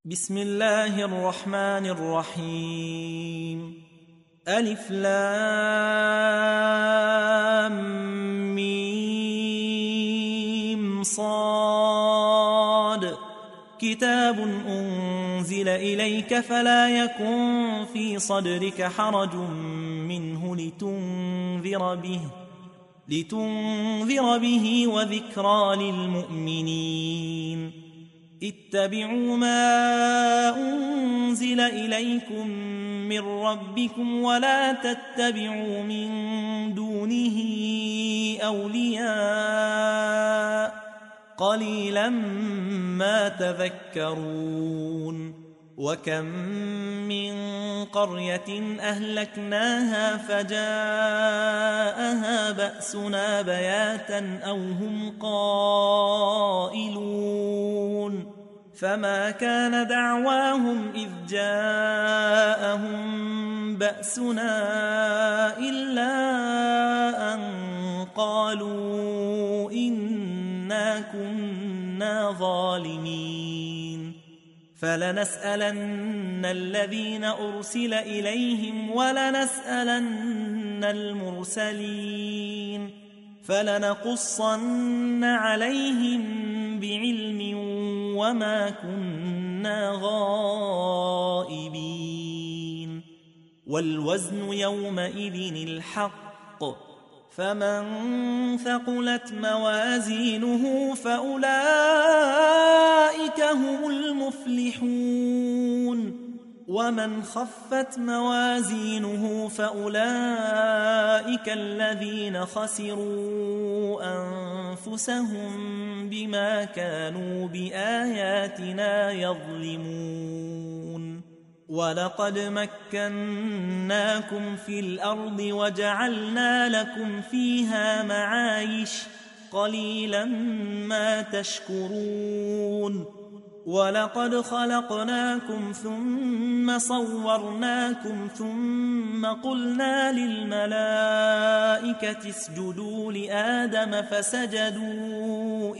بسم الله الرحمن الرحيم. ألف لام ميم صاد. كتاب أنزل إليك فلا يكن في صدرك حرج منه لتنذر به وذكرى للمؤمنين. اتبعوا ما أنزل إليكم من ربكم ولا تتبعوا من دونه أولياء قليلا ما تذكرون. وكم من قرية أهلكناها فجاءها بأسنا بياتا أو هم قائلون. فما كان دعواهم إذ جاءهم بأسنا إلا أن قالوا إنا كنا ظالمين. فلنسألن الذين أرسل إليهم ولنسألن المرسلين فلنقصن عليهم بعلم وما كنا غائبين. والوزن يومئذ الحق فمن ثقلت موازينه فأولئك هم المفلحون. ومن خفت موازينه فأولئك الذين خسروا أنفسهم بما كانوا بآياتنا يظلمون. ولقد مكناكم في الأرض وجعلنا لكم فيها معايش قليلا ما تشكرون. ولقد خلقناكم ثم صورناكم ثم قلنا للملائكة اسجدوا لآدم فسجدوا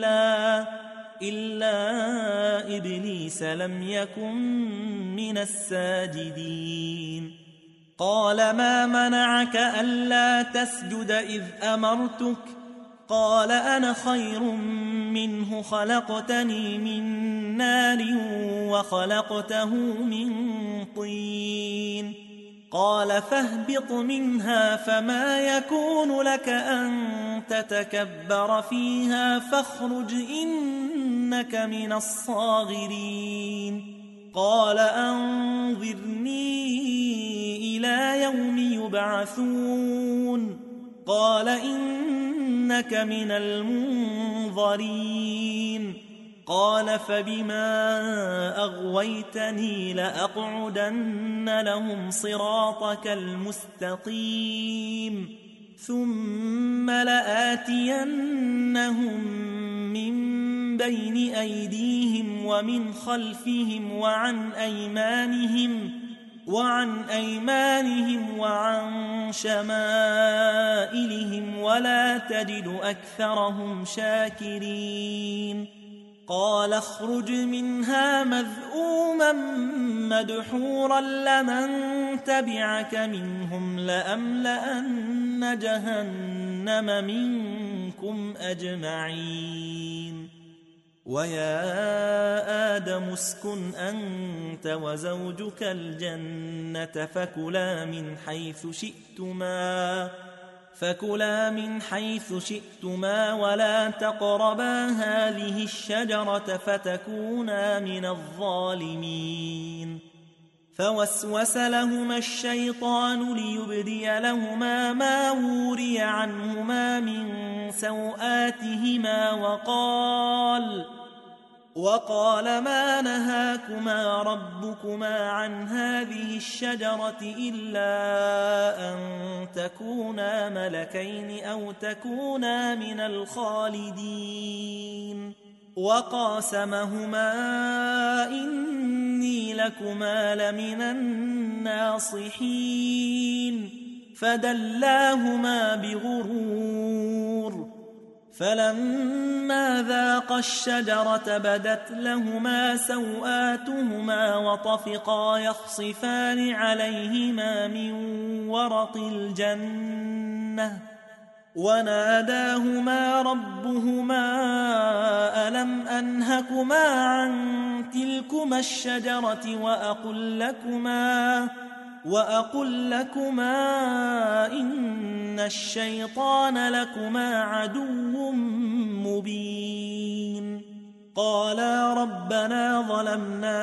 إلا إبليس لم يكن من الساجدين. قال ما منعك ألا تسجد إذ أمرتك؟ قال أنا خير منه خلقتني من نار وخلقته من طين. قال فاهبط منها فما يكون لك أن تتكبر فيها فاخرج إنك من الصاغرين. قال أنظرني إلى يوم يبعثون. قال إنك من المنظرين. قال فبما أغويتني لأقعدن لهم صراطك المستقيم ثم لآتينهم من بين أيديهم ومن خلفهم وعن أيمانهم وعن شمائلهم ولا تجد أكثرهم شاكرين. قال اخرج منها مذءوما مدحورا لمن تبعك منهم لأملأن جهنم منكم أجمعين. ويا آدم اسكن أنت وزوجك الجنة فكلا من حيث شئتما ولا تقربا هذه الشجرة فتكونا من الظالمين. فوسوس لهما الشيطان ليبدي لهما ما وري عنهما من سوآتهما وقال ما نهاكما ربكما عن هذه الشجرة إلا أن تكونا ملكين أو تكونا من الخالدين. وقاسمهما إني لكما لمن الناصحين فدلاهما بغرور فلما ذاقا الشجرة بدت لهما سوآتهما وطفقا يخصفان عليهما من ورق الجنة وناداهما ربهما ألم أنهكما عن تلكما الشجرة وأقل لكما إن الشيطان لكما عدو مبين قالا ربنا ظلمنا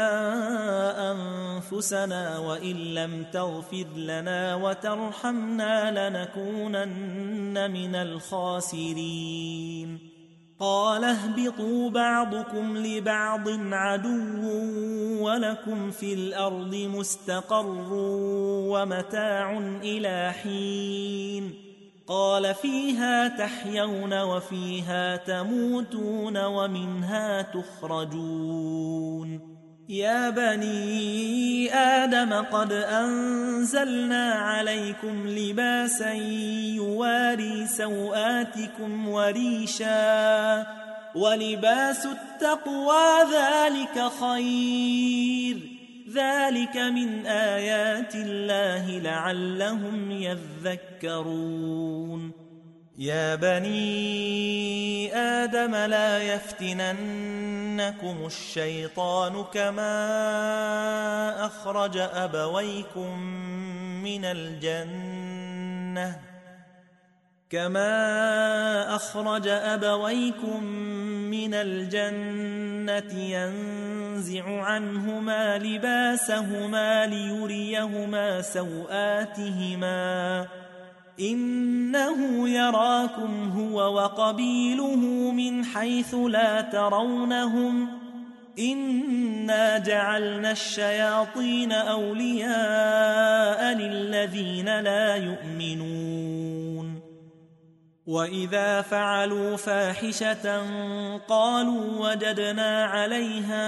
أنفسنا وإن لم تغفر لنا وترحمنا لنكونن من الخاسرين قال اهبطوا بعضكم لبعض عدو ولكم في الأرض مستقر ومتاع إلى حين قال فيها تحيون وفيها تموتون ومنها تخرجون يا بني آدم قد أنزلنا عليكم لباسا يواري سوآتكم وريشا ولباس التقوى ذلك خير ذلك من آيات الله لعلهم يذكرون يا بني آدم لا يفتننكم الشيطان كما أخرج أبويكم من الجنة ينزع عنهما لباسهما ليريهما سوآتهما إنه يراكم هو وقبيله من حيث لا ترونهم إنا جعلنا الشياطين أولياء للذين لا يؤمنون وإذا فعلوا فاحشة قالوا وجدنا عليها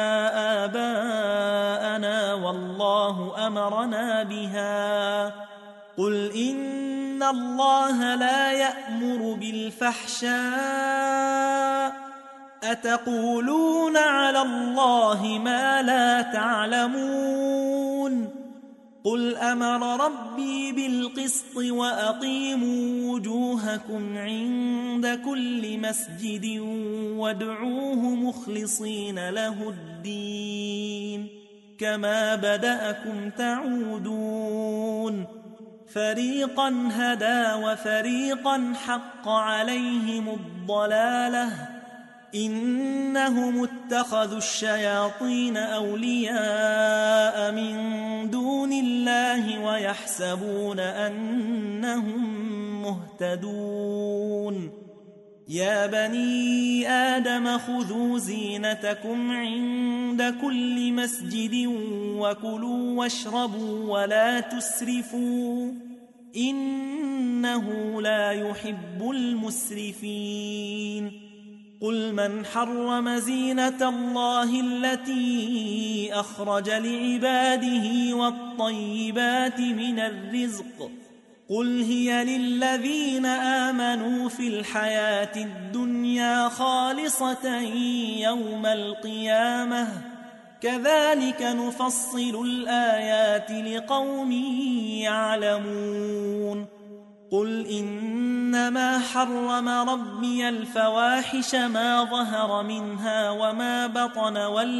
آباءنا والله أمرنا بها قل إن الله لا يأمر بالفحشاء أتقولون على الله ما لا تعلمون قل أمر ربي بالقسط وأقيموا وجوهكم عند كل مسجد وادعوه مخلصين له الدين كما بدأكم تعودون فريقا هدى وفريقا حق عليهم الضلالة إنهم اتخذوا الشياطين أولياء من دون الله ويحسبون أنهم مهتدون يا بني آدم خذوا زينتكم عند كل مسجد وكلوا واشربوا ولا تسرفوا إنه لا يحب المسرفين قل من حرم زينة الله التي أخرج لعباده والطيبات من الرزق قل هي للذين آمنوا في الحياة الدنيا خالصة يوم القيامة كذلك نفصل الآيات لقوم يعلمون قل إنما حرم ربي الفواحش ما ظهر منها وما بطن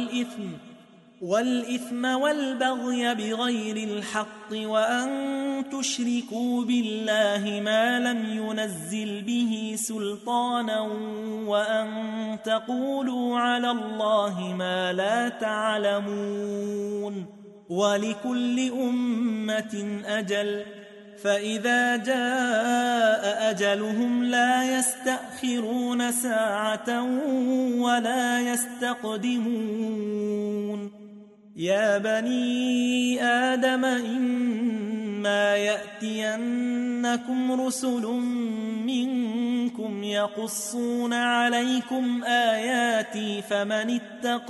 والإثم والبغي بغير الحق وأن تشركوا بالله ما لم ينزل به سلطانا وأن تقولوا على الله ما لا تعلمون ولكل أمة أجل فإذا جاء أجلهم لا يستأخرون ساعة ولا يستقدمون يا بني آدم إما يأتينكم رسل منكم يقصون عليكم آياتي فمن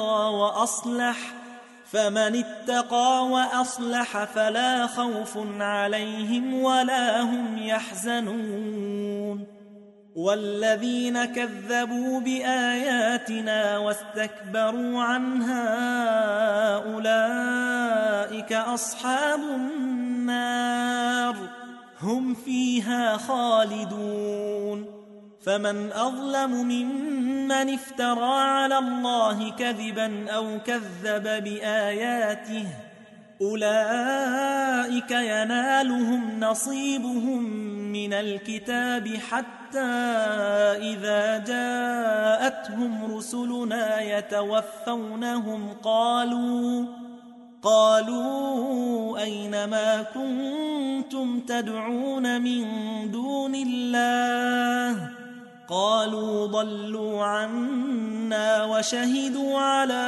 اتقى وأصلح فلا خوف عليهم ولا هم يحزنون والذين كذبوا بآياتنا واستكبروا عنها أولئك أصحاب النار هم فيها خالدون فمن أظلم ممن افترى على الله كذبا أو كذب بآياته أولئك ينالهم نصيبهم من الكتاب حتى إذا جاءتهم رسلنا يتوفونهم قالوا أين ما كنتم تدعون من دون الله قالوا ضلوا عنا وشهدوا على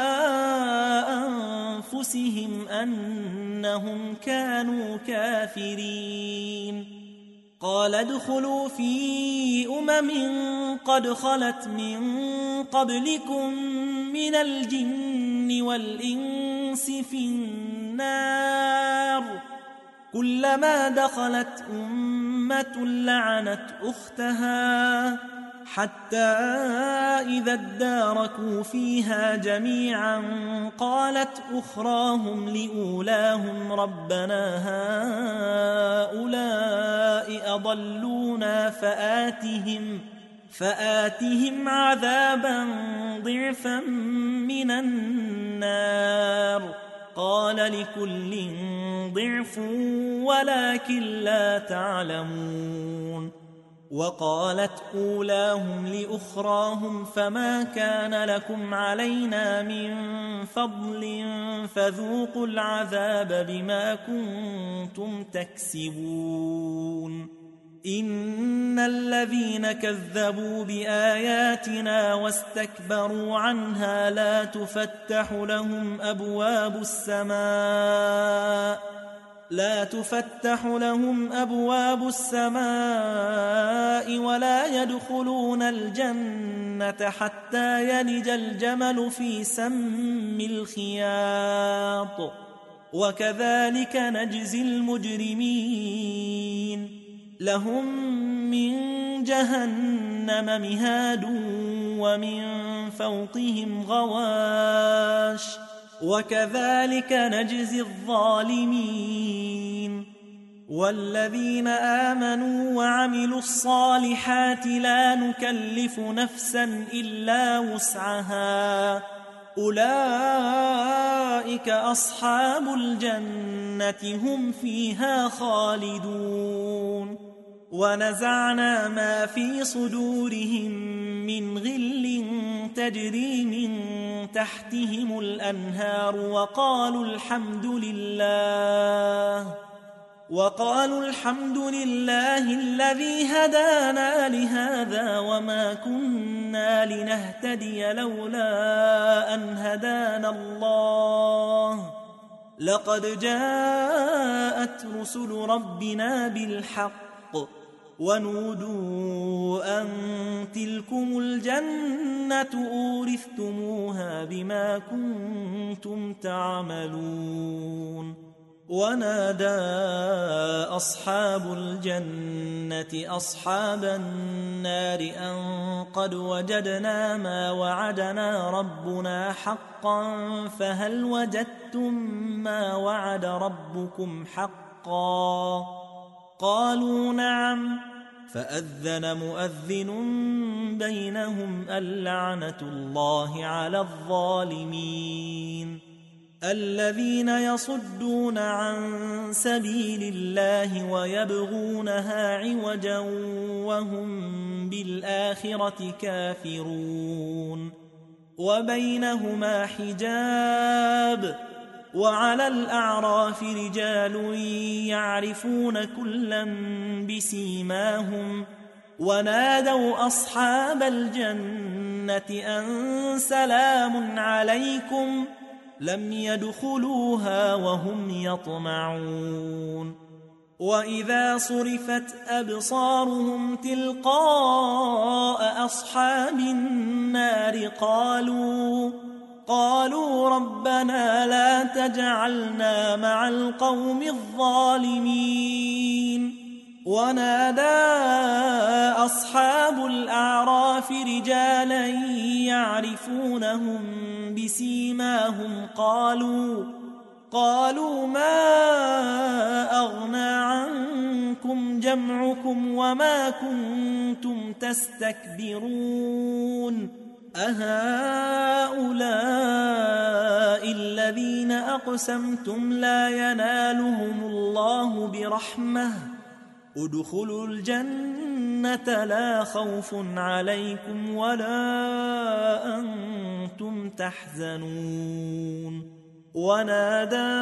أنفسهم أنهم كانوا كافرين قال ادخلوا في قد خلت من قبلكم من الجن والإنس في النار كلما دخلت أمة لعنت أختها حتى إذا اداركوا فيها جميعا قالت أخراهم لأولاهم ربنا هؤلاء أضلونا فآتهم عذابا ضعفا من النار قال لكل ضعف ولكن لا تعلمون وقالت أولاهم لأخراهم فما كان لكم علينا من فضل فذوقوا العذاب بما كنتم تكسبون إن الذين كذبوا بآياتنا واستكبروا عنها لا تفتح لهم أبواب السماء ولا يدخلون الجنة حتى يلج الجمل في سم الخياط وكذلك نجزي المجرمين لهم من جهنم مهاد ومن فوقهم غواش وكذلك نجزي الظالمين والذين آمنوا وعملوا الصالحات لا نكلف نفسا إلا وسعها أولئك أصحاب الجنة هم فيها خالدون ونزعنا ما في صدورهم من غل تجري من تحتهم الأنهار وقالوا الحمد لله الذي هدانا لهذا وما كنا لنهتدي لولا أن هدانا الله لقد جاءت رسل ربنا بالحق ونودوا أن تلكم الجنة أورثتموها بما كنتم تعملون ونادى أصحاب الجنة أصحاب النار أن قد وجدنا ما وعدنا ربنا حقا فهل وجدتم ما وعد ربكم حقا قالوا نعم فأذن مؤذن بينهم اللعنة الله على الظالمين الذين يصدون عن سبيل الله ويبغونها عوجا وهم بالآخرة كافرون وبينهما حجاب وعلى الأعراف رجال يعرفون كلا بسيماهم ونادوا أصحاب الجنة أن سلام عليكم لم يدخلوها وهم يطمعون وإذا صرفت أبصارهم تلقاء أصحاب النار قالوا ربنا لا تجعلنا مع القوم الظالمين ونادى أصحاب الأعراف رجالا يعرفونهم بسيماهم قالوا ما أغنى عنكم جمعكم وما كنتم تستكبرون أهؤلاء الذين أقسمتم لا ينالهم الله برحمة ادخلوا الجنة لا خوف عليكم ولا أنتم تحزنون ونادى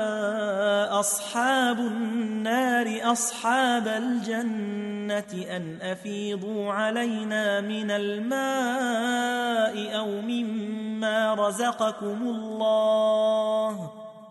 أصحاب النار أصحاب الجنة أن أفيضوا علينا من الماء أو مما رزقكم الله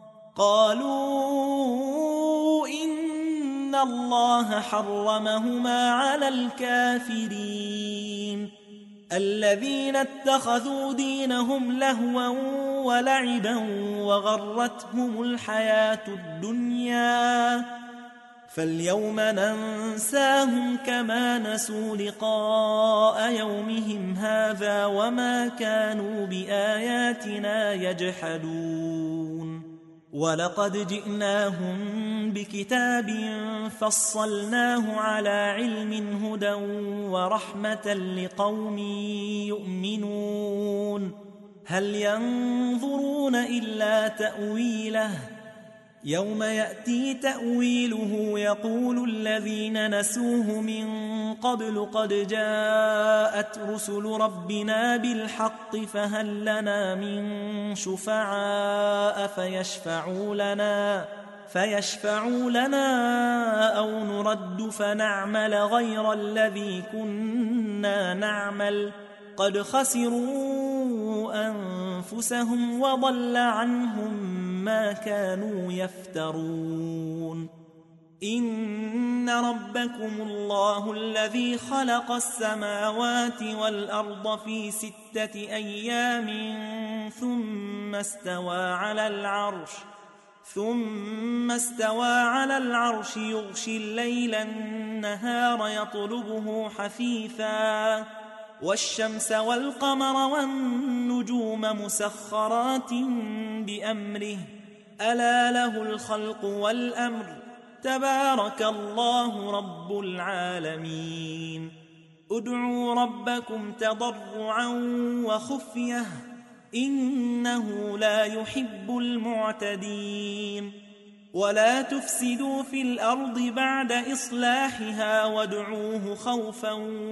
قالوا إن الله حرمهما على الكافرين الذين اتخذوا دينهم لهوا ولعبا وغرتهم الحياة الدنيا فاليوم ننساهم كما نسوا لقاء يومهم هذا وما كانوا بآياتنا يجحدون ولقد جئناهم بكتاب فصلناه على علم هدى ورحمة لقوم يؤمنون هل ينظرون إلا تأويله يوم يأتي تأويله يقول الذين نسوه من قبل قد جاءت رسل ربنا بالحق فهل لنا من شفعاء فيشفعوا لنا أو نرد فنعمل غير الذي كنا نعمل قد خسروا أنفسهم وضل عنهم ما كانوا يفترون إن ربكم الله الذي خلق السماوات والأرض في 6 أيام ثم استوى على العرش يغشي الليل النهار يطلبه حثيثا والشمس والقمر والنجوم مسخرات بأمره ألا له الخلق والأمر تبارك الله رب العالمين ادعوا ربكم تضرعا وخفية إنه لا يحب المعتدين ولا تفسدوا في الأرض بعد إصلاحها وادعوه خوفا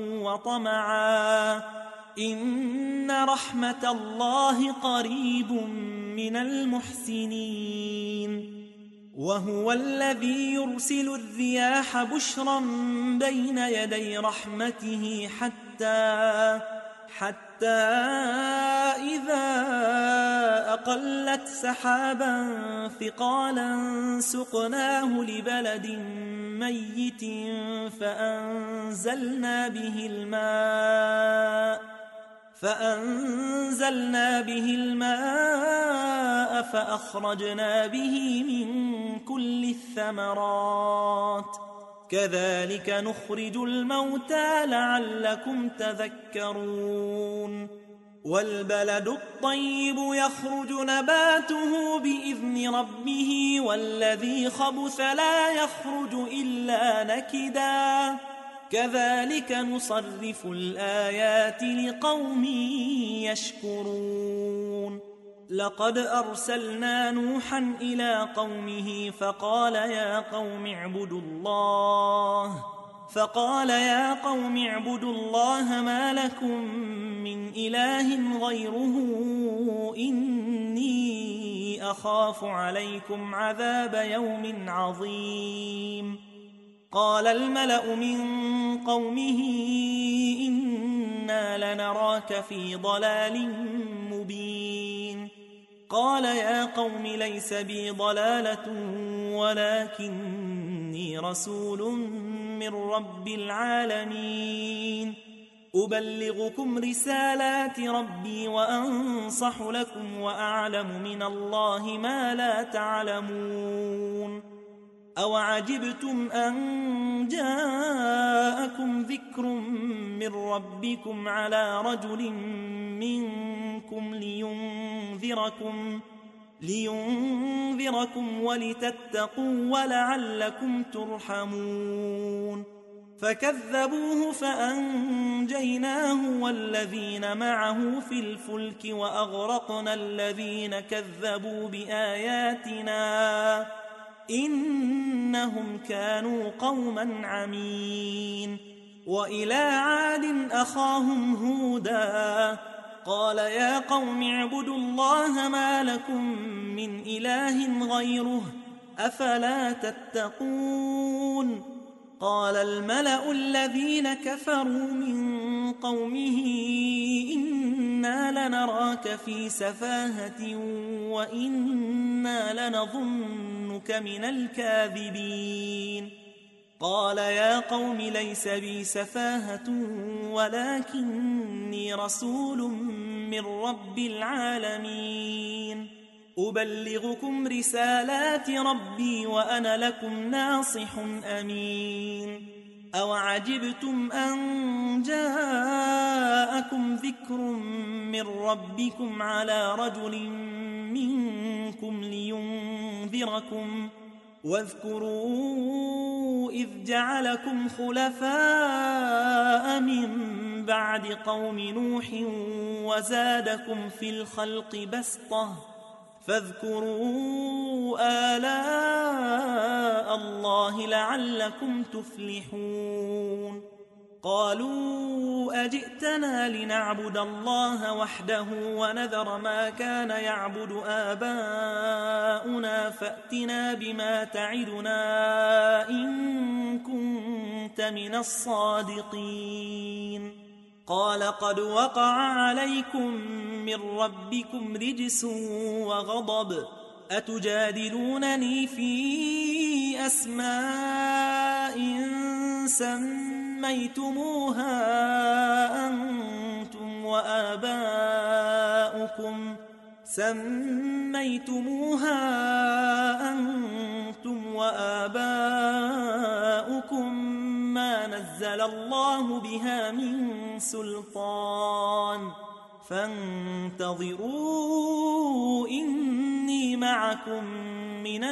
وطمعا إن رحمة الله قريب من المحسنين وهو الذي يرسل الرياح بشرا بين يدي رحمته حتى إذا أقلت سحابا ثقالا سقناه لبلد ميت فأنزلنا به الماء فأخرجنا به من كل الثمرات كذلك نخرج الموتى لعلكم تذكرون والبلد الطيب يخرج نباته بإذن ربه والذي خبث لا يخرج إلا نكدا كذلك نصرف الآيات لقوم يشكرون لقد أرسلنا نوحا إلى قومه فقال يا قوم اعبدوا الله ما لكم من إله غيره إني أخاف عليكم عذاب يوم عظيم قال الملأ من قومه إنا لنراك في ضلال مبين قال يا قوم ليس بي ضلالة ولكني رسول من رب العالمين أبلغكم رسالات ربي وأنصح لكم وأعلم من الله ما لا تعلمون أوعجبتم أن جاءكم ذكر من ربكم على رجل منكم لينذركم ولتتقوا ولعلكم ترحمون فكذبوه فأنجيناه والذين معه في الفلك وأغرقنا الذين كذبوا بآياتنا إنهم كانوا قوما عمين وإلى عاد أخاهم هودا قال يا قوم اعبدوا الله ما لكم من إله غيره أفلا تتقون قال الملأ الذين كفروا من قومه إنا لنراك في سفاهة وإنا لنظنك من الكاذبين قال يا قوم ليس بي سفاهة ولكني رسول من رب العالمين أبلغكم رسالات ربي وأنا لكم ناصح أمين أوعجبتم أن جاءكم ذكر من ربكم على رجل منكم لينذركم واذكروا إذ جعلكم خلفاء من بعد قوم نوح وزادكم في الخلق بسطة فاذكروا آلاء الله لعلكم تفلحون قالوا أجئتنا لنعبد الله وحده ونذر ما كان يعبد آباؤنا فأتنا بما تعدنا إن كنت من الصادقين قال قد وقع عليكم من ربكم رجس وغضب أتجادلونني في أسماء سميتموها أنتم وآباؤكم ما نزل الله بها من سلطان فانتظروا إني معكم من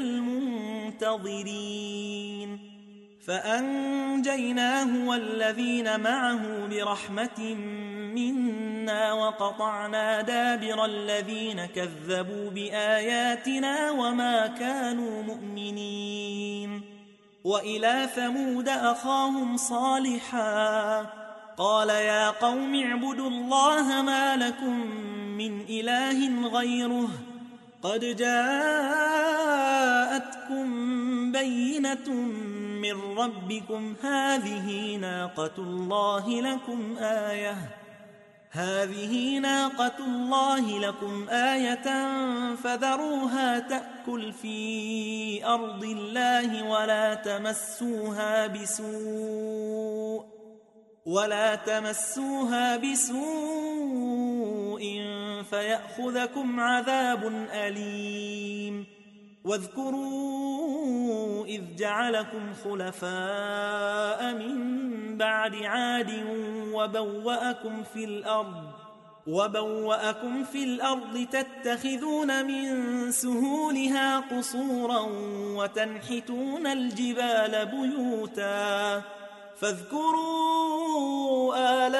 المنتظرين فأنجيناه والذين معه برحمة منا وقطعنا دابر الذين كذبوا بآياتنا وما كانوا مؤمنين وإلى ثمود أخاهم صالحا قال يا قوم اعبدوا الله ما لكم من إله غيره قد جاءتكم بينة من ربكم هذه ناقة الله لكم آية فذروها تأكل في أرض الله ولا تمسوها بسوء فيأخذكم عذاب أليم واذكروا إذ جعلكم خلفاء من بعد عاد وبوأكم في الأرض تتخذون من سهولها قصورا وتنحتون الجبال بيوتا فاذكروا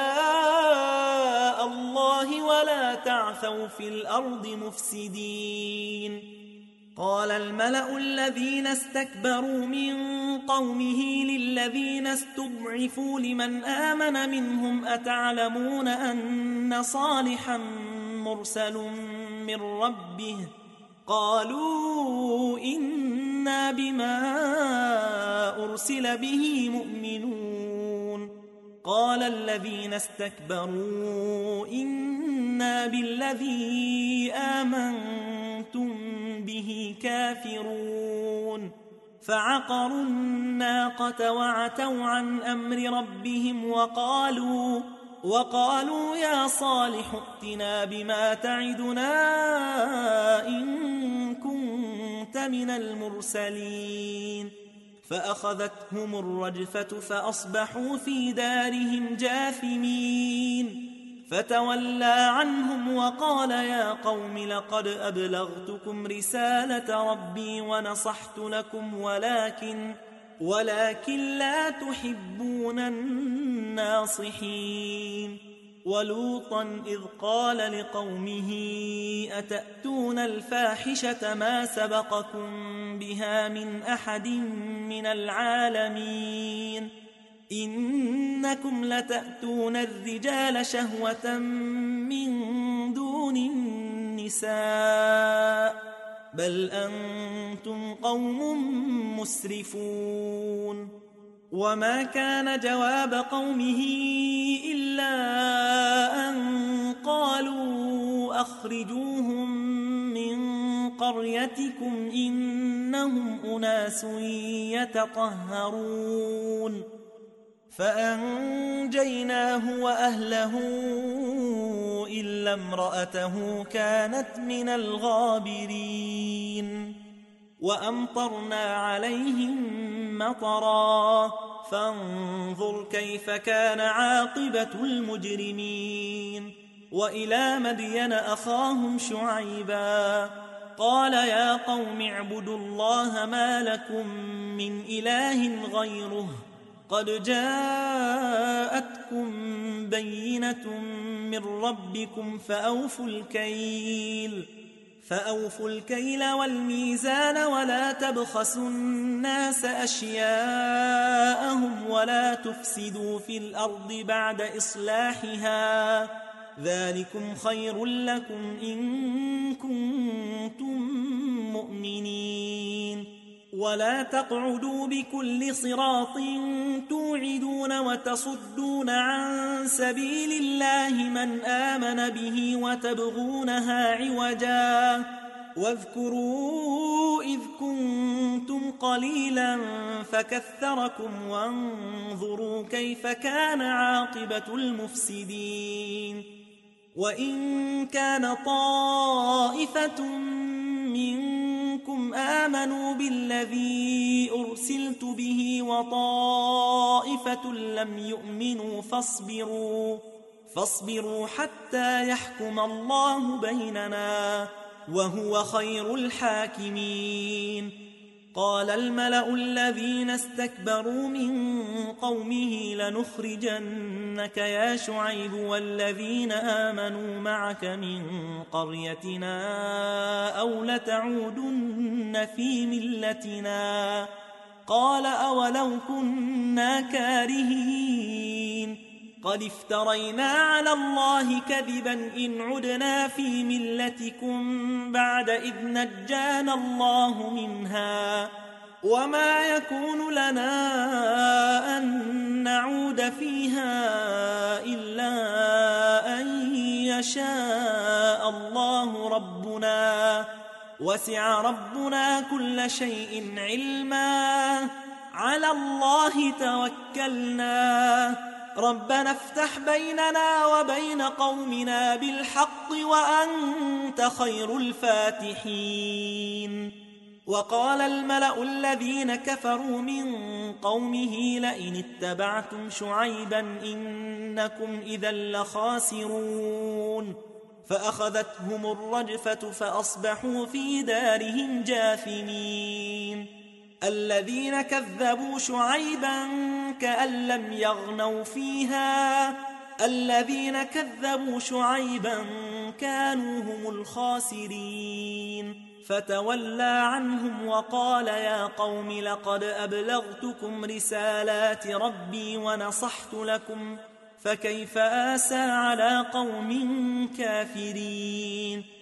آلاء الله ولا تعثوا في الأرض مفسدين قال الملأ الذين استكبروا من قومه للذين استضعفوا لمن آمن منهم أتعلمون أن صالحا مرسل من ربه قالوا إنا بما أرسل به مؤمنون قال الذين استكبروا إنا بالذي آمنتم به كافرون فعقروا الناقة وعتوا عن أمر ربهم وقالوا يا صالح ائتنا بما تعدنا إن كنت من المرسلين فأخذتهم الرجفة فأصبحوا في دارهم جاثمين فتولى عنهم وقال يا قوم لقد أبلغتكم رسالة ربي ونصحت لكم ولكن لا تحبون الناصحين ولوطا إذ قال لقومه أتأتون الفاحشة ما سبقكم بها من أحد من العالمين إنكم لتأتون الرجال شهوة من دون النساء بل أنتم قوم مسرفون وما كان جواب قومه إلا أن قالوا أخرجوهم من قريتكم إنهم أناس يتطهرون فأنجيناه وأهله إلا امرأته كانت من الغابرين وأمطرنا عليهم مطرا فانظر كيف كان عاقبة المجرمين وإلى مدين أخاهم شعيبا قال يا قوم اعبدوا الله ما لكم من إله غيره قد جاءتكم بينة من ربكم فأوفوا الكيل والميزان ولا تبخسوا الناس أشياءهم ولا تفسدوا في الأرض بعد إصلاحها ذلكم خير لكم إن كنتم مؤمنين ولا تقعدوا بكل صراط توعدون وتصدون عن سبيل الله من آمن به وتبغونها عوجا واذكروا إذ كنتم قليلا فكثركم وانظروا كيف كان عاقبة المفسدين وإن كان طائفة منكم آمنوا بالذي أرسلت به وطائفة لم يؤمنوا فاصبروا حتى يحكم الله بيننا وهو خير الحاكمين قال الملأ الذين استكبروا من قومه لنخرجنك يا شعيب والذين آمنوا معك من قريتنا أو لتعودن في ملتنا قال أولو كنا كارهين قد افترينا على الله كذبا إن عدنا في ملتكم بعد إذ نجانا الله منها وما يكون لنا أن نعود فيها إلا أن يشاء الله ربنا وسع ربنا كل شيء علما على الله توكلنا ربنا افتح بيننا وبين قومنا بالحق وأنت خير الفاتحين وقال الملأ الذين كفروا من قومه لئن اتبعتم شعيبا إنكم إذا لخاسرون فأخذتهم الرجفة فأصبحوا في دارهم جاثمين الذين كذبوا شعيبا كأن لم يغنوا فيها الذين كذبوا شعيبا كانوا هم الخاسرين فتولى عنهم وقال يا قوم لقد أبلغتكم رسالات ربي ونصحت لكم فكيف آسى على قوم كافرين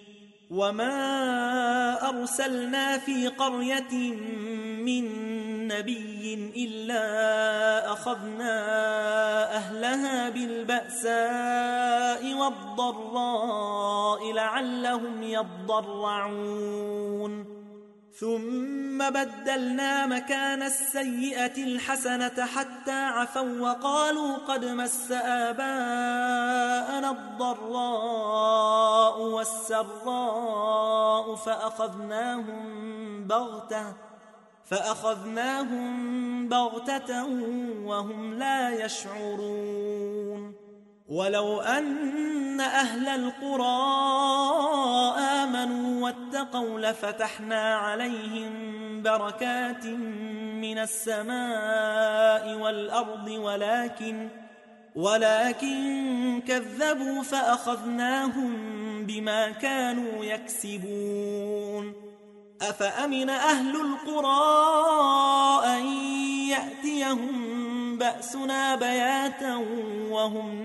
وما أرسلنا في قرية من نبي إلا أخذنا أهلها بالبأساء والضراء لعلهم يضرعون ثم بدلنا مكان السيئة الحسنة حتى عفوا وقالوا قد مس آباءنا الضراء والسراء فأخذناهم بغتة وهم لا يشعرون ولو أن أهل القرى آمنوا واتقوا لفتحنا عليهم بركات من السماء والأرض ولكن كذبوا فأخذناهم بما كانوا يكسبون أفأمن أهل القرى أن يأتيهم بأسنا بياتا وهم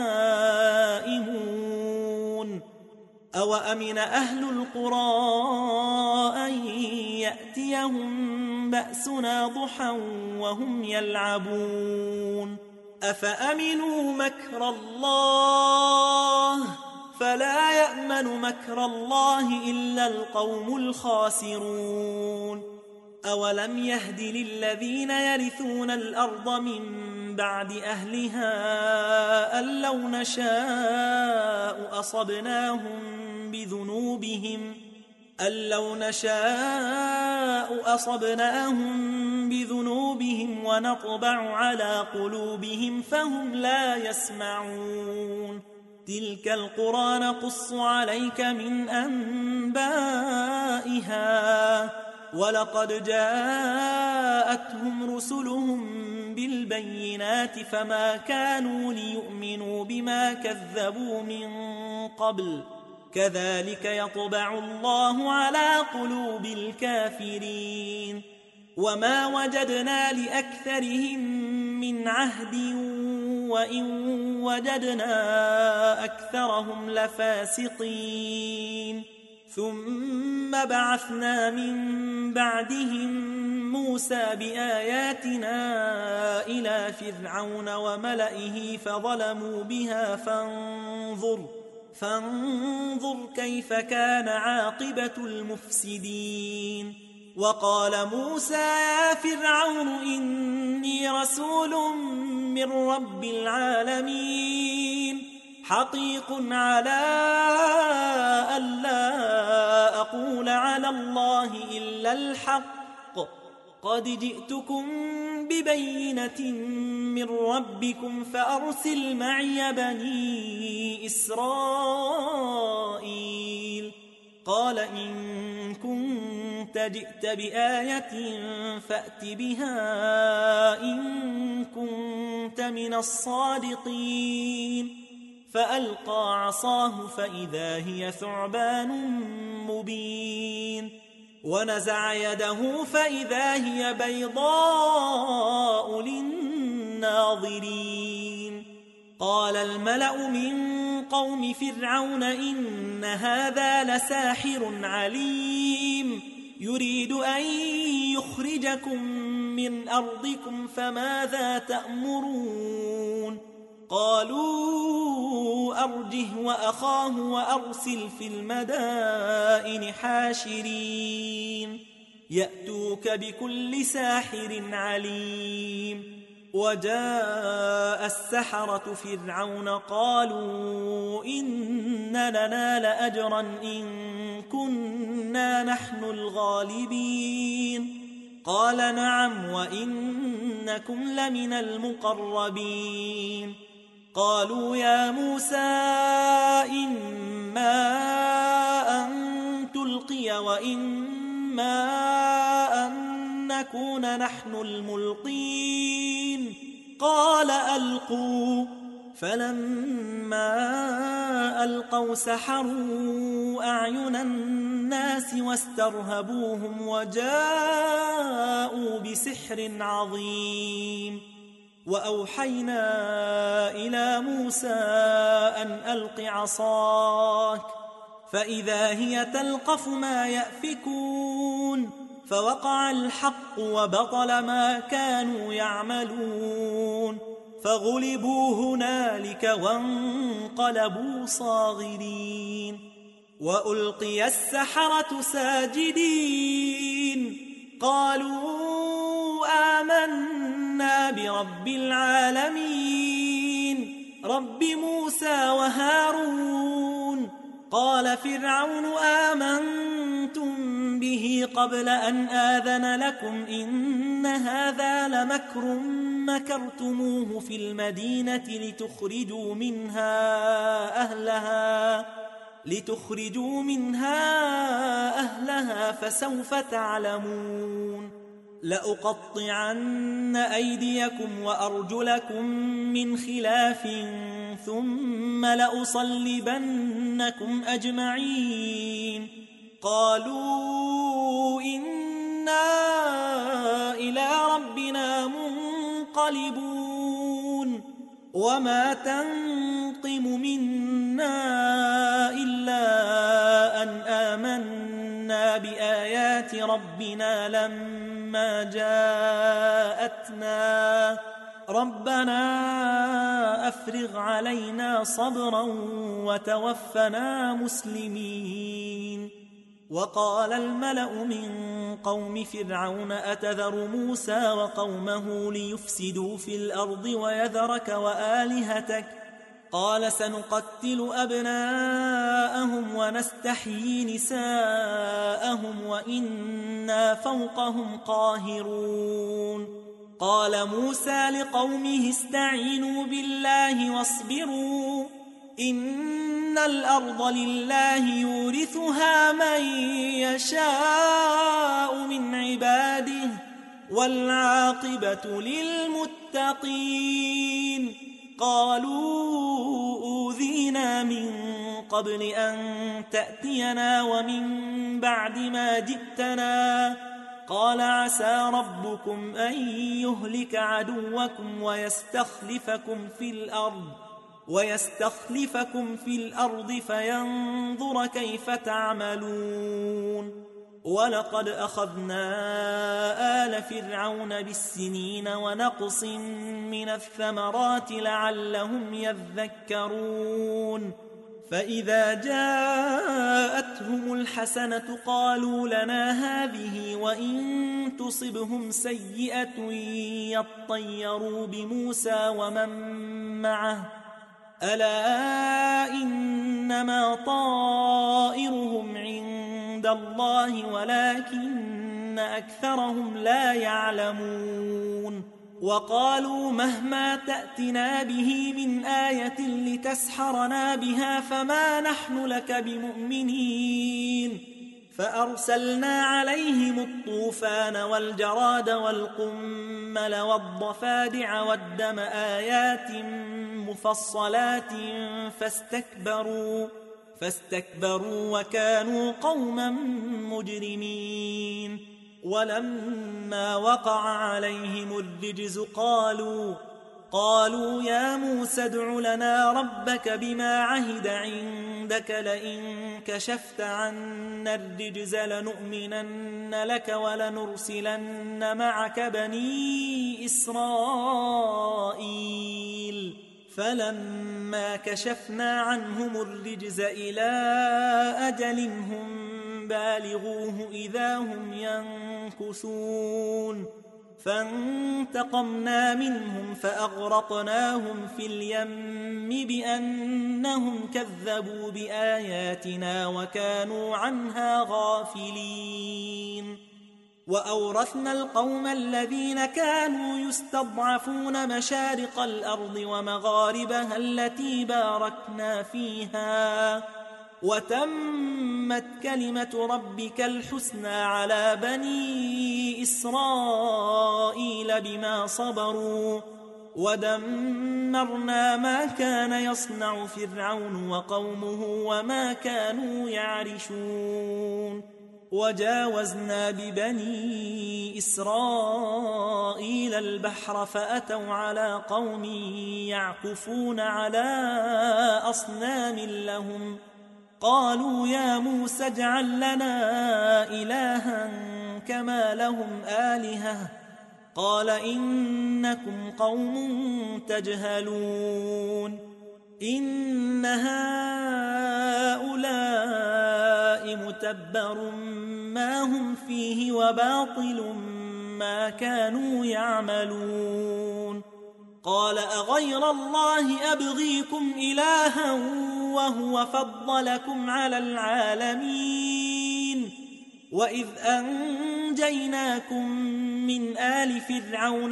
نائمون أوأمن أهل القرى أن يأتيهم بأسنا ضحى وهم يلعبون أفأمنوا مكر الله فلا يأمن مكر الله إلا القوم الخاسرون أولم يهد للذين يرثون الأرض من بعد أهلها أن لو نشاء أصبناهم بذنوبهم ونطبع على قلوبهم فهم لا يسمعون تلك القرى نقص عليك من أنبائها ولقد جاءتهم رسلهم بالبينات فما كانوا ليؤمنوا بما كذبوا من قبل كذلك يطبع الله على قلوب الكافرين وما وجدنا لأكثرهم من عهد وإن وجدنا أكثرهم لفاسقين ثم بعثنا من بعدهم موسى بآياتنا إلى فرعون وملئه فظلموا بها فانظر كيف كان عاقبة المفسدين وقال موسى يا فرعون إني رسول من رب العالمين حقيق على ألا أقول على الله إلا الحق قد جئتكم ببينة من ربكم فأرسل معي بني إسرائيل قال إن كنت جئت بآية فأت بها إن كنت من الصادقين فألقى عصاه فإذا هي ثعبان مبين ونزع يده فإذا هي بيضاء للناظرين قال الملأ من قوم فرعون إن هذا لساحر عليم يريد أن يخرجكم من أرضكم فماذا تأمرون قالوا أرجه وأخاه وأرسل في المدائن حاشرين يأتوك بكل ساحر عليم وجاء السحرة فرعون قالوا إن لنا لأجرا إن كنا نحن الغالبين قال نعم وإنكم لمن المقربين قالوا يا موسى إما أن تلقي وإما أن نكون نحن الملقين قال ألقوا فلما ألقوا سحروا أعين الناس واسترهبوهم وجاءوا بسحر عظيم وأوحينا إلى موسى أن ألق عصاك فإذا هي تلقف ما يأفكون فوقع الحق وبطل ما كانوا يعملون فغلبوا هنالك وانقلبوا صاغرين وألقي السحرة ساجدين قالوا آمنا برب العالمين رب موسى وهارون قال فرعون آمنتم به قبل أن آذن لكم إن هذا لمكر مكرتموه في المدينة لتخرجوا منها أهلها فسوف تعلمون لأقطعن أيديكم وأرجلكم من خلاف ثم لأصلبنكم أجمعين قالوا إنا إلى ربنا منقلبون وما تنقم منا إلا أن آمنا بآيات ربنا لما جاءتنا ربنا أفرغ علينا صبرا وتوفنا مسلمين وقال الملأ من قوم فرعون أتذر موسى وقومه ليفسدوا في الأرض ويذرك وآلهتك قال سنقتل أبناءهم ونستحيي نساءهم وإنا فوقهم قاهرون قال موسى لقومه استعينوا بالله واصبروا إن الأرض لله يورثها من يشاء من عباده والعاقبة للمتقين قالوا أوذينا من قبل أن تأتينا ومن بعد ما جئتنا قال عسى ربكم أن يهلك عدوكم ويستخلفكم في الأرض فينظر كيف تعملون ولقد أخذنا آل فرعون بالسنين ونقص من الثمرات لعلهم يذكرون فإذا جاءتهم الحسنة قالوا لنا هذه وإن تصبهم سيئة يطيروا بموسى ومن معه ألا إنما طائرهم عند الله ولكن أكثرهم لا يعلمون وقالوا مهما تأتنا به من آية لتسحرنا بها فما نحن لك بمؤمنين فأرسلنا عليهم الطوفان والجراد والقمل والضفادع والدم آيات مفصلات فاستكبروا وكانوا قوما مجرمين ولما وقع عليهم الرجز قالوا يا موسى ادع لنا ربك بما عهد عندك لئن كشفت عنا الرجز لنؤمنن لك ولنرسلن معك بني إسرائيل فلما كشفنا عنهم الرجز إلى أجل هم بالغوه إذا هم ينكثون فانتقمنا منهم فأغرقناهم في اليم بأنهم كذبوا بآياتنا وكانوا عنها غافلين وأورثنا القوم الذين كانوا يستضعفون مشارق الأرض ومغاربها التي باركنا فيها وتمت كلمة ربك الحسنى على بني إسرائيل بما صبروا ودمرنا ما كان يصنع فرعون وقومه وما كانوا يعرشون وجاوزنا ببني إسرائيل البحر فأتوا على قوم يعكفون على أصنام لهم قالوا يا موسى اجعل لنا إلها كما لهم آلهة قال إنكم قوم تجهلون إن هؤلاء متبر ما هم فيه وباطل ما كانوا يعملون قال أغير الله أبغيكم إلها وهو فضلكم على العالمين وإذ أنجيناكم من آل فرعون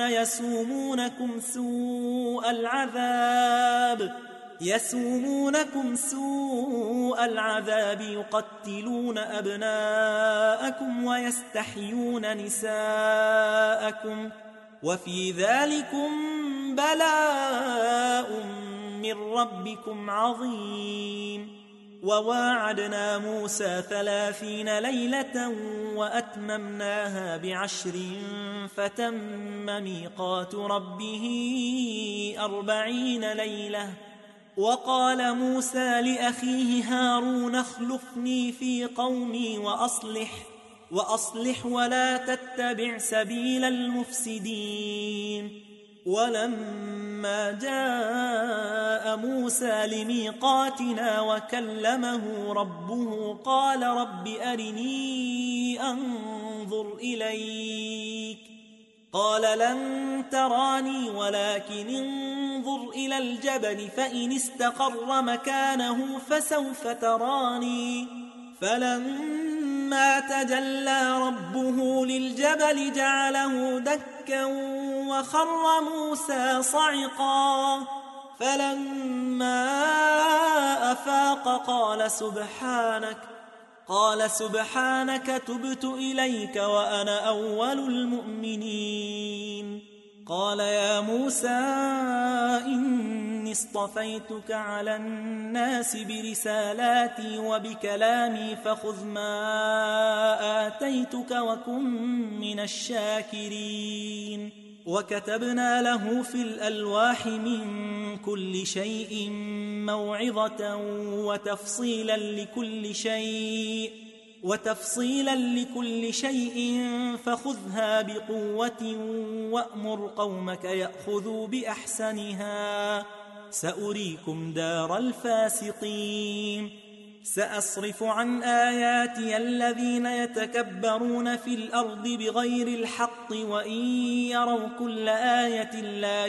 يسومونكم سوء العذاب يقتلون أبناءكم ويستحيون نساءكم وفي ذلكم بلاء من ربكم عظيم. وواعدنا موسى 30 ليلة وأتممناها ب10 فتم ميقات ربه 40 ليلة. وقال موسى لأخيه هارون اخلفني في قومي وأصلح ولا تتبع سبيل المفسدين. ولما جاء موسى لميقاتنا وكلمه ربه قال رب أرني أنظر إليك قال لن تراني ولكن انظر إلى الجبل فإن استقر مكانه فسوف تراني. فلما تجلى ربه للجبل جعله دكا وخر موسى صعقا. فلما أفاق قال سبحانك تبت إليك وأنا أول المؤمنين. قال يا موسى إني اصطفيتك على الناس برسالاتي وبكلامي فخذ ما آتيتك وكن من الشاكرين. وكتبنا له في الألواح من كل شيء موعظة وتفصيلا لكل شيء فخذها بقوة وأمر قومك يأخذوا بأحسنها سأريكم دار الفاسقين. سأصرف عن آياتي الذين يتكبرون في الأرض بغير الحق وإن يروا كل آية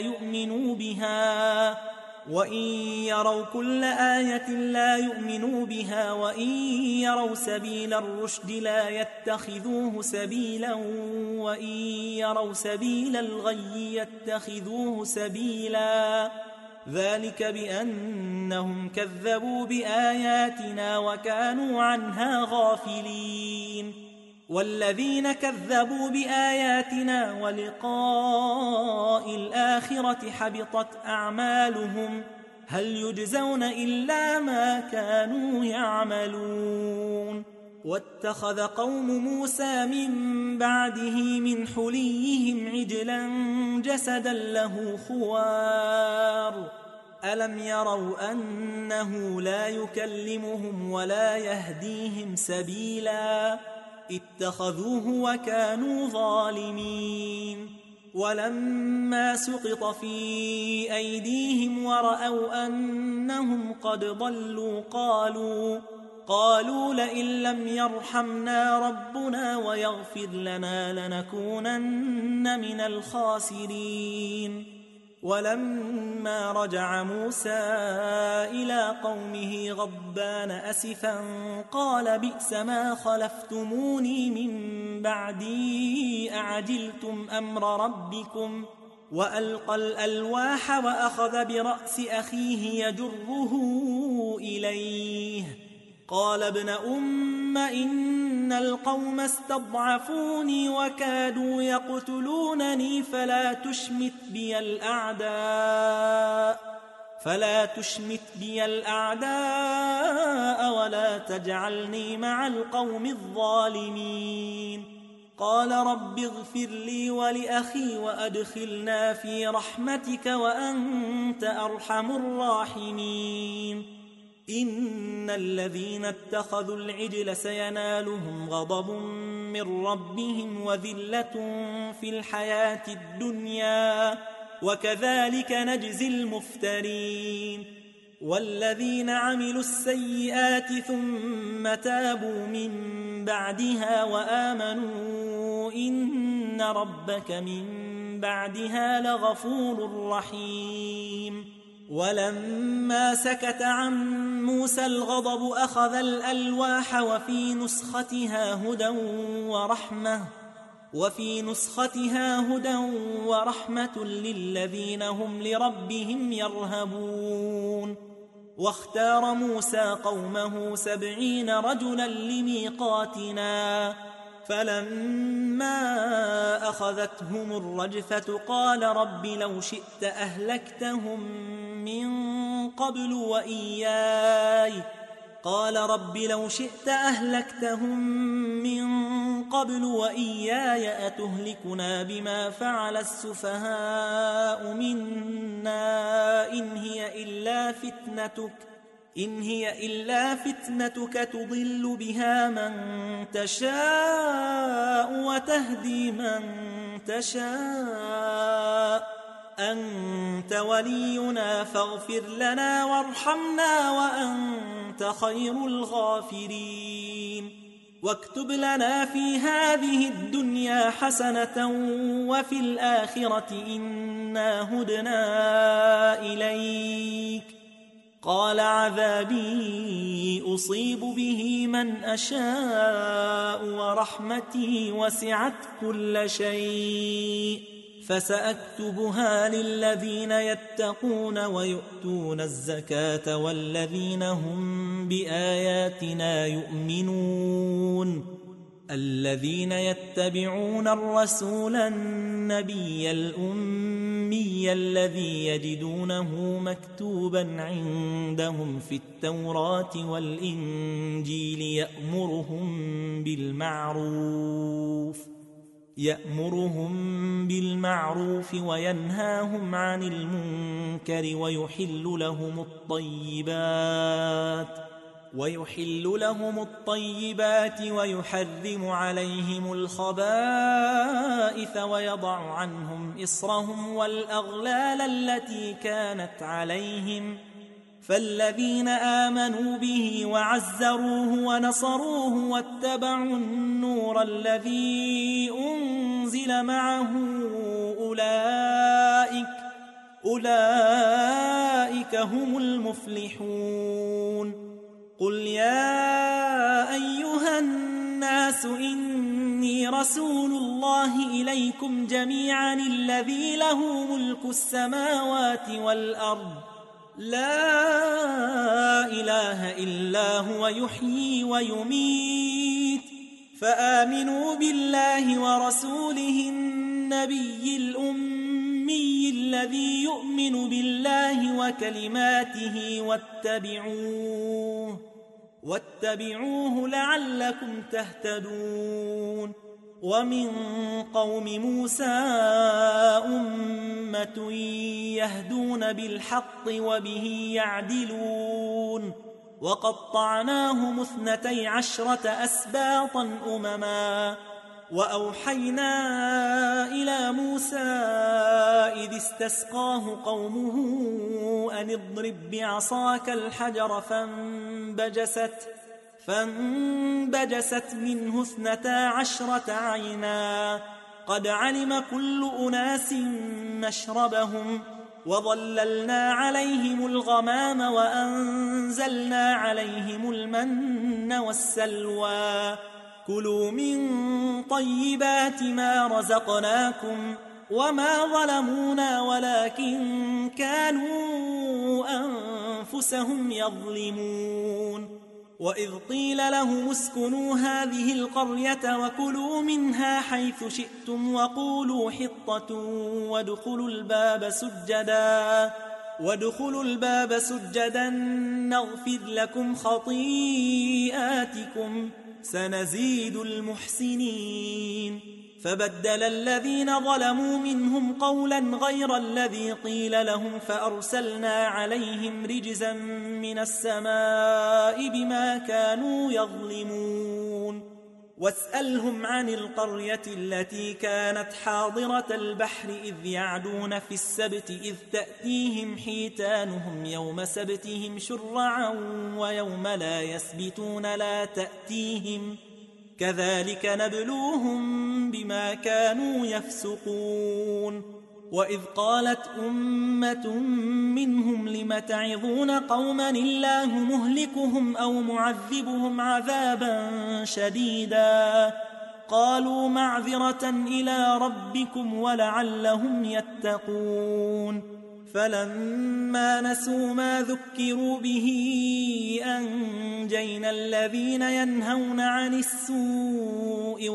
لا يؤمنوا بها وإن يروا سبيل الرشد لا يتخذوه سبيلا وإن يروا سبيل الغي يتخذوه سبيلا. ذلك بأنهم كذبوا بآياتنا وكانوا عنها غافلين. والذين كذبوا بآياتنا ولقاء الآخرة حبطت أعمالهم هل يجزون إلا ما كانوا يعملون. واتخذ قوم موسى من بعده من حليهم عجلا جسدا له خوار ألم يروا أنه لا يكلمهم ولا يهديهم سبيلا اتخذوه وكانوا ظالمين. ولما سقط في أيديهم ورأوا أنهم قد ضلوا قالوا لئن لم يرحمنا ربنا ويغفر لنا لنكونن من الخاسرين. ولما رجع موسى إلى قومه غضبان أسفا قال بئس ما خلفتموني من بعدي أعجلتم أمر ربكم وألقى الألواح وأخذ برأس أخيه يجره إليه قال ابن أم إن القوم استضعفوني وكادوا يقتلونني فلا تشمت بي الأعداء ولا تجعلني مع القوم الظالمين. قال رب اغفر لي ولأخي وأدخلنا في رحمتك وأنت أرحم الراحمين. إن الذين اتخذوا العجل سينالهم غضب من ربهم وذلة في الحياة الدنيا وكذلك نجزي المفترين. والذين عملوا السيئات ثم تابوا من بعدها وآمنوا إن ربك من بعدها لغفور رحيم. ولما سكت عن موسى الغضب أخذ الألواح وفي نسختها هدى ورحمة للذين هم لربهم يرهبون. واختار موسى قومه 70 رجلا لميقاتنا، فلما أخذتهم الرجفة قال رب لو شئت أهلكتهم من قبل وإياي أتهلكنا بما فعل السفهاء منا إن هي إلا فتنتك تضل بها من تشاء وتهدي من تشاء، أنت ولينا فاغفر لنا وارحمنا وأنت خير الغافرين. واكتب لنا في هذه الدنيا حسنة وفي الآخرة إنا هدنا إليك. قال عذابي أصيب به من أشاء ورحمتي وسعت كل شيء، فسأكتبها للذين يتقون ويؤتون الزكاة والذين هم بآياتنا يؤمنون. الذين يتبعون الرسول النبي الأمي الذي يجدونه مكتوبا عندهم في التوراة والإنجيل يأمرهم بالمعروف وينهاهم عن المنكر ويحل لهم الطيبات ويحرم عليهم الخبائث ويضع عنهم إصرهم والأغلال التي كانت عليهم. فالذين آمنوا به وعزروه ونصروه واتبعوا النور الذي أنزل معه أولئك هم المفلحون. قل يا أيها الناس إني رسول الله إليكم جميعا الذي له ملك السماوات والأرض لا إله إلا هو يحيي ويميت، فآمنوا بالله ورسوله النبي الأمي الذي يؤمن بالله وكلماته واتبعوه لعلكم تهتدون. ومن قوم موسى أمة يهدون بالحق وبه يعدلون. وقطعناهم 12 أسباطا أمما. وأوحينا إلى موسى إذ استسقاه قومه أن اضرب بعصاك الحجر فانبجست منه 12 عينا قد علم كل أناس مشربهم. وظللنا عليهم الغمام وأنزلنا عليهم المن والسلوى. كلوا من طيبات ما رزقناكم وما ظلمونا ولكن كانوا أنفسهم يظلمون. وإذ قيل لهم اسكنوا هذه القرية وكلوا منها حيث شئتم وقولوا حطة وادخلوا الباب سجدا نغفر لكم خطيئاتكم سنزيد المحسنين. فبدل الذين ظلموا منهم قولا غير الذي قيل لهم فأرسلنا عليهم رجزا من السماء بما كانوا يظلمون. واسألهم عن القرية التي كانت حاضرة البحر إذ يعدون في السبت إذ تأتيهم حيتانهم يوم سبتهم شرعا ويوم لا يسبتون لا تأتيهم كذلك نبلوهم بما كانوا يفسقون. وإذ قالت أمة منهم لم تعظون قوما الله مهلكهم أو معذبهم عذابا شديدا قالوا معذرة إلى ربكم ولعلهم يتقون فلما نسوا ما ذكروا به أنجينا الذين ينهون عن السوء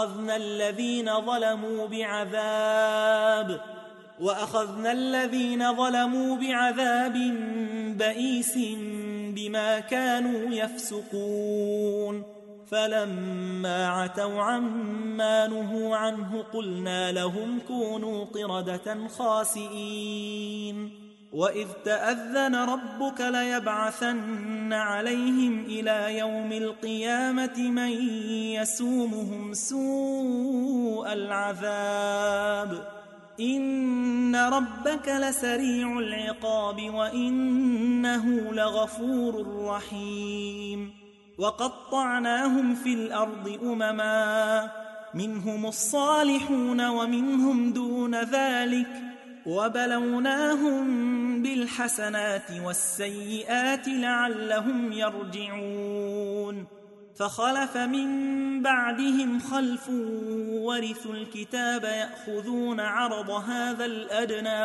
وأخذنا الذين ظلموا بعذاب بئيس بما كانوا يفسقون فلما عتوا عما نهوا عنه قلنا لهم كونوا قردة خاسئين وإذ تأذن ربك ليبعثن عليهم إلى يوم القيامة من يسومهم سوء العذاب إن ربك لسريع العقاب وإنه لغفور رحيم وقطعناهم في الأرض أمما منهم الصالحون ومنهم دون ذلك وبلوناهم بالحسنات والسيئات لعلهم يرجعون فخلف من بعدهم خلف ورثوا الكتاب يأخذون عرض هذا الأدنى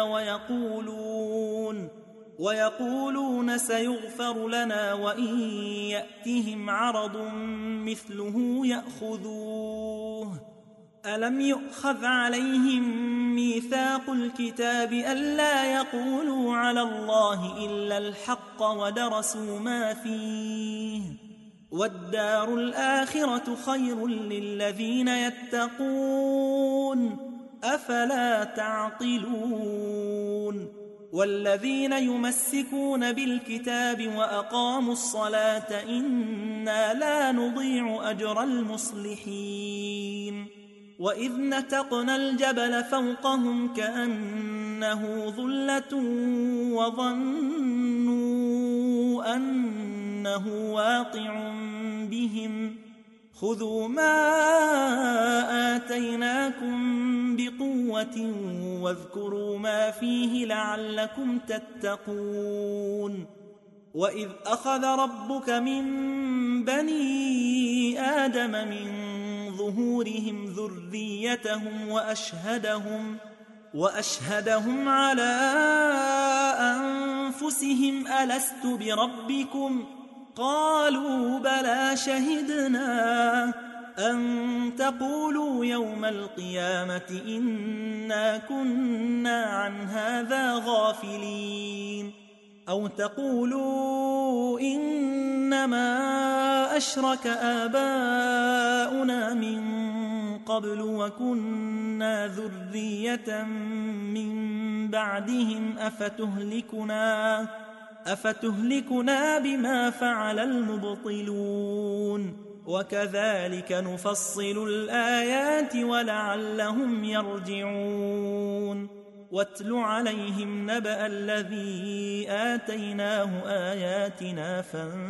ويقولون سيغفر لنا وإن يأتهم عرض مثله يأخذوه ألم يؤخذ عليهم ميثاق الكتاب ألا يقولوا على الله إلا الحق ودرسوا ما فيه والدار الآخرة خير للذين يتقون أفلا تعقلون والذين يمسكون بالكتاب وأقاموا الصلاة إنا لا نضيع أجر المصلحين وإذ نتقنا الجبل فوقهم كأنه ظلة وظنوا أنه واقع بهم خذوا ما آتيناكم بقوة واذكروا ما فيه لعلكم تتقون وإذ أخذ ربك من بني آدم من ظهورهم ذريتهم وأشهدهم على أنفسهم ألست بربكم قالوا بلى شهدنا أن تقولوا يوم القيامة إنا كنا عن هذا غافلين أو تقولوا إنما أشرك آباؤنا من قبل وكنا ذرية من بعدهم أفتهلكنا بما فعل المبطلون وكذلك نفصل الآيات ولعلهم يرجعون واتل عليهم نبأ الذي آتيناه آياتنا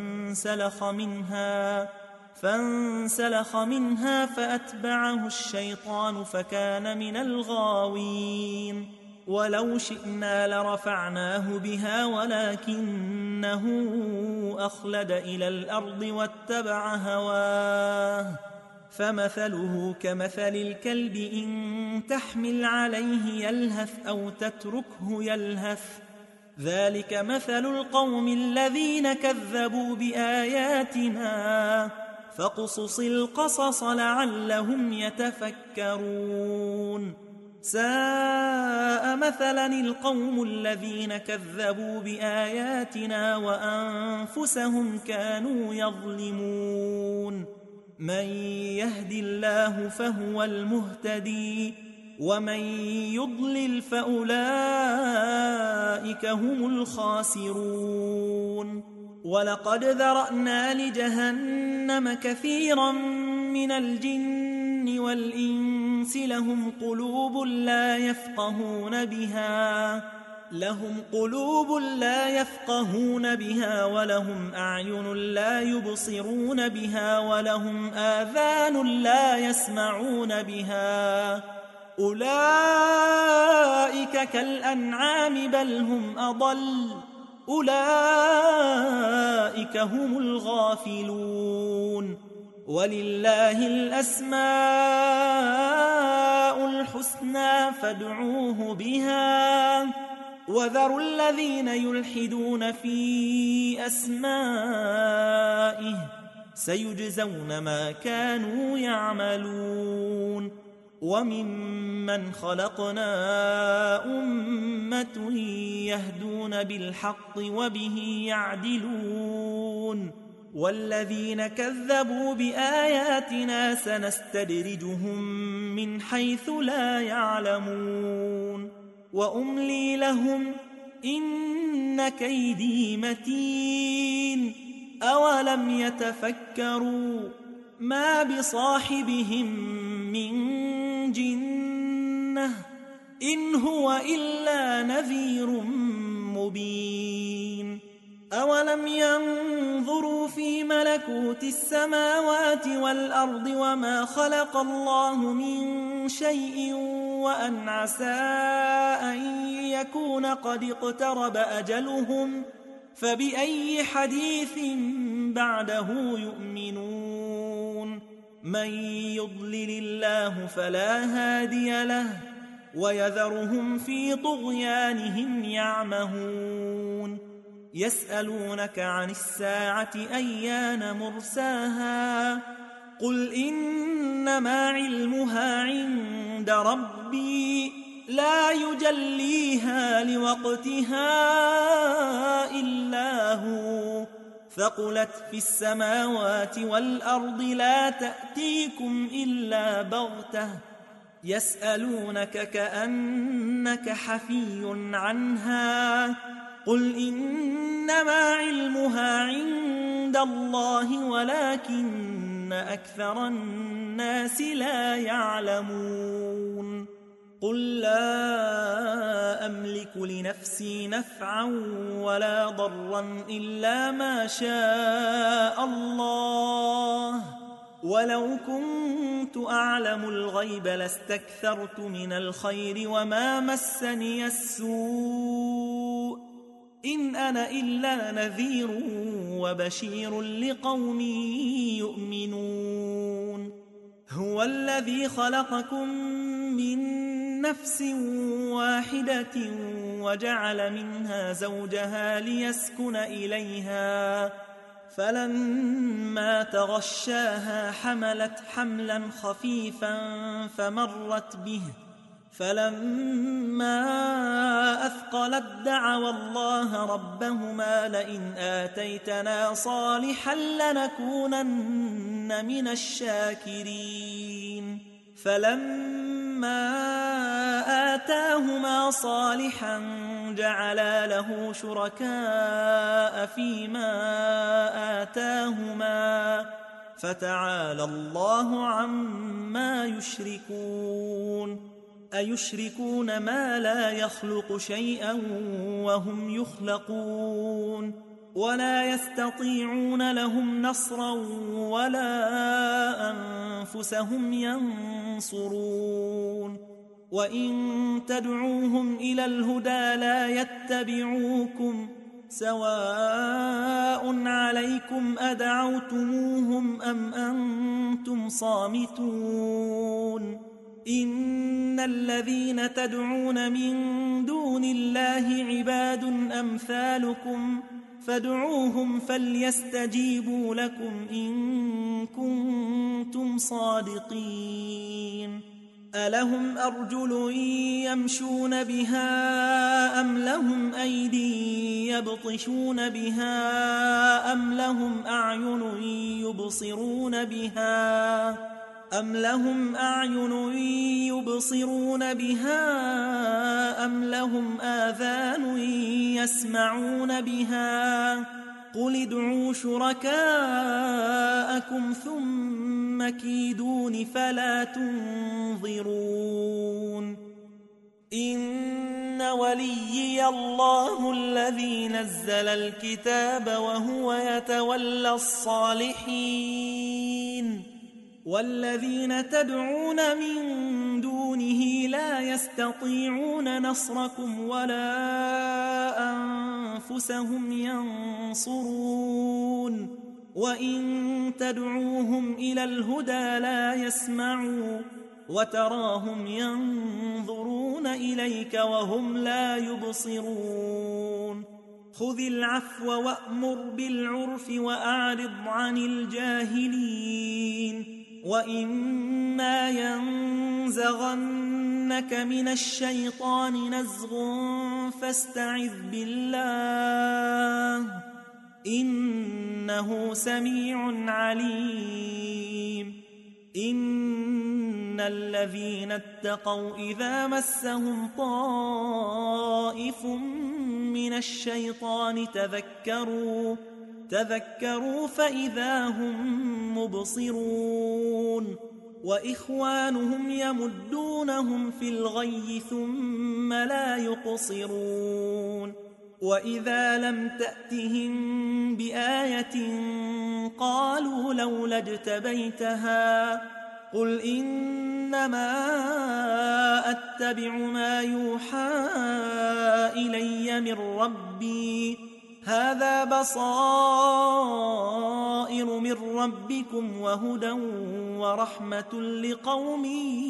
فانسلخ منها فأتبعه الشيطان فكان من الغاوين ولو شئنا لرفعناه بها ولكنه أخلد إلى الأرض واتبع هواه فمثله كمثل الكلب إن تحمل عليه يلهث أو تتركه يلهث ذلك مثل القوم الذين كذبوا بآياتنا فاقصص القصص لعلهم يتفكرون ساء مثلا القوم الذين كذبوا بآياتنا وأنفسهم كانوا يظلمون من يهد الله فهو المهتدي ومن يضلل فأولئك هم الخاسرون ولقد ذرأنا لجهنم كثيرا من الجن والإنس لهم قلوب لا يفقهون بها ولهم أعين لا يبصرون بها ولهم آذان لا يسمعون بها أولئك كالأنعام بل هم أضل أولئك هم الغافلون ولله الأسماء الحسنى فادعوه بها وذروا الذين يلحدون في أسمائه سيجزون ما كانوا يعملون وممن خلقنا أمة يهدون بالحق وبه يعدلون والذين كذبوا بآياتنا سنستدرجهم من حيث لا يعلمون وأملي لهم إن كيدي متين أولم يتفكروا ما بصاحبهم من جنة إن هو إلا نذير مبين أولم ينظروا في ملكوت السماوات والأرض وما خلق الله من شيء وأن عسى أن يكون قد اقترب أجلهم فبأي حديث بعده يؤمنون من يضلل الله فلا هادي له ويذرهم في طغيانهم يعمهون يسألونك عن الساعة أيان مرساها قل إنما علمها عند ربي لا يجليها لوقتها إلا هو ثقلت في السماوات والأرض لا تأتيكم إلا بغتة يسألونك كأنك حفي عنها قل إنما علمها عند الله ولكن أكثر الناس لا يعلمون قل لا أملك لنفسي نفعا ولا ضرا إلا ما شاء الله ولو كنت أعلم الغيب لاستكثرت من الخير وما مسني السوء إن أنا إلا نذير وبشير لقوم يؤمنون هو الذي خلقكم من نفس واحدة وجعل منها زوجها ليسكن إليها فلما تغشاها حملت حملا خفيفا فمرت به فلما أثقلت دعوا الله ربهما لئن آتيتنا صالحا لنكونن من الشاكرين فلما آتاهما صالحا جعلا له شركاء فيما آتاهما فتعالى الله عما يشركون أيشركون ما لا يخلق شيئا وهم يخلقون ولا يستطيعون لهم نصرا ولا أنفسهم ينصرون وإن تدعوهم إلى الهدى لا يتبعوكم سواء عليكم أدعوتموهم أم أنتم صامتون إن الذين تدعون من دون الله عباد أمثالكم فادعوهم فليستجيبوا لكم إن كنتم صادقين ألهم أرجل يمشون بها أم لهم أيدي يبطشون بها أم لهم أعين يبصرون بها أم لهم أعين يبصرون بها أم لهم آذان يسمعون بها قل ادعوا شركاءكم ثم كيدون فلا تنظرون إن وليي الله الذي نزل الكتاب وهو يتولى الصالحين والذين تدعون من دونه لا يستطيعون نصركم ولا أنفسهم ينصرون وإن تدعوهم إلى الهدى لا يسمعوا وتراهم ينظرون إليك وهم لا يبصرون خذ العفو وأمر بالعرف وأعرض عن الجاهلين وإما ينزغنك من الشيطان نزغ فاستعذ بالله إنه سميع عليم إن الذين اتقوا إذا مسهم طائف من الشيطان تذكروا فإذا هم مبصرون وإخوانهم يمدونهم في الغي ثم لا يقصرون وإذا لم تأتهم بآية قالوا لولا اجتبيتها قل إنما أتبع ما يوحى إلي من ربي هذا بصائر من ربكم وهدى ورحمة لقوم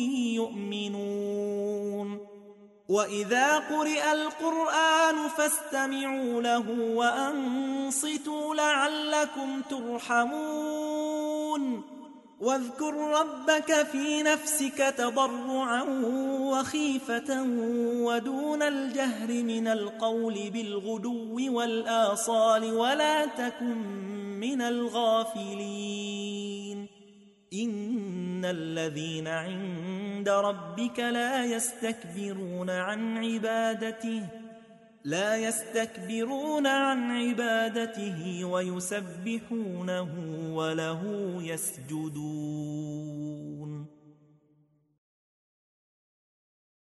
يؤمنون وإذا قرئ القرآن فاستمعوا له وأنصتوا لعلكم ترحمون واذكر ربك في نفسك تضرعا وخيفة ودون الجهر من القول بالغدو والآصال ولا تكن من الغافلين إن الذين عند ربك لا يستكبرون عن عبادته ويسبحونه وله يسجدون